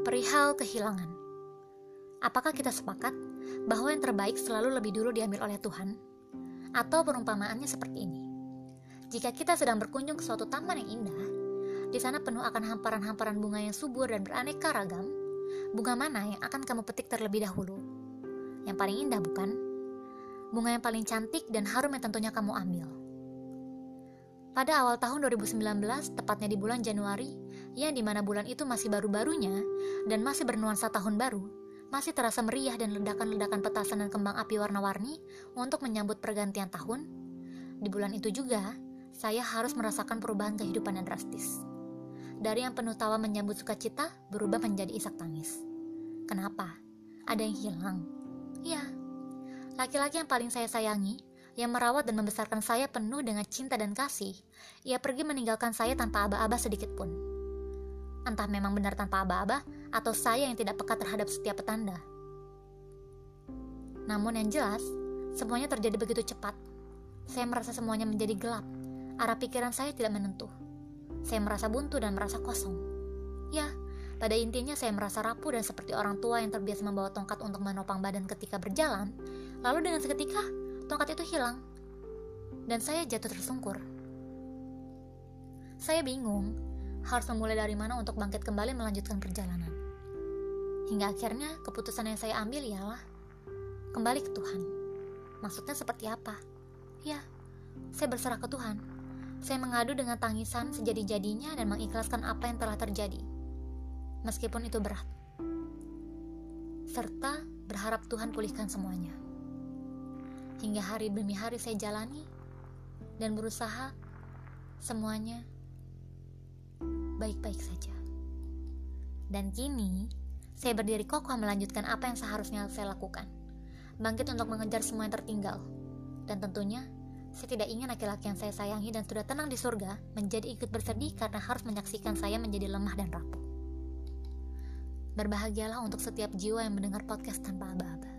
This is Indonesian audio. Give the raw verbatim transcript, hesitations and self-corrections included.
Perihal kehilangan. Apakah kita sepakat bahwa yang terbaik selalu lebih dulu diambil oleh Tuhan? Atau perumpamaannya seperti ini. Jika kita sedang berkunjung ke suatu taman yang indah, di sana penuh akan hamparan-hamparan bunga yang subur dan beraneka ragam. Bunga mana yang akan kamu petik terlebih dahulu? Yang paling indah, bukan? Bunga yang paling cantik dan harum yang tentunya kamu ambil. Pada awal tahun dua ribu sembilan belas, tepatnya di bulan Januari, yang dimana bulan itu masih baru-barunya dan masih bernuansa tahun baru, masih terasa meriah dan ledakan-ledakan petasan dan kembang api warna-warni untuk menyambut pergantian tahun. Di bulan itu juga, saya harus merasakan perubahan kehidupan yang drastis. Dari yang penuh tawa menyambut sukacita, berubah menjadi isak tangis. Kenapa? Ada yang hilang? Ya, laki-laki yang paling saya sayangi, yang merawat dan membesarkan saya penuh dengan cinta dan kasih, ia pergi meninggalkan saya tanpa aba-aba sedikit pun. Entah memang benar tanpa aba-aba, atau saya yang tidak peka terhadap setiap petanda. Namun yang jelas, semuanya terjadi begitu cepat. Saya merasa semuanya menjadi gelap. Arah pikiran saya tidak menentu. Saya merasa buntu dan merasa kosong. Ya, pada intinya saya merasa rapuh dan seperti orang tua yang terbiasa membawa tongkat untuk menopang badan ketika berjalan, lalu dengan seketika, tongkat itu hilang. Dan saya jatuh tersungkur. Saya bingung, harus memulai dari mana untuk bangkit kembali melanjutkan perjalanan. Hingga akhirnya keputusan yang saya ambil ialah kembali ke Tuhan. Maksudnya seperti apa? Ya, saya berserah ke Tuhan. Saya mengadu dengan tangisan sejadi-jadinya dan mengikhlaskan apa yang telah terjadi, meskipun itu berat. Serta berharap Tuhan pulihkan semuanya. Hingga hari demi hari saya jalani dan berusaha semuanya baik-baik saja. Dan kini, saya berdiri kokoh melanjutkan apa yang seharusnya saya lakukan. Bangkit untuk mengejar semua yang tertinggal. Dan tentunya, saya tidak ingin laki-laki yang saya sayangi dan sudah tenang di surga menjadi ikut bersedih karena harus menyaksikan saya menjadi lemah dan rapuh. Berbahagialah untuk setiap jiwa yang mendengar podcast tanpa aba-aba.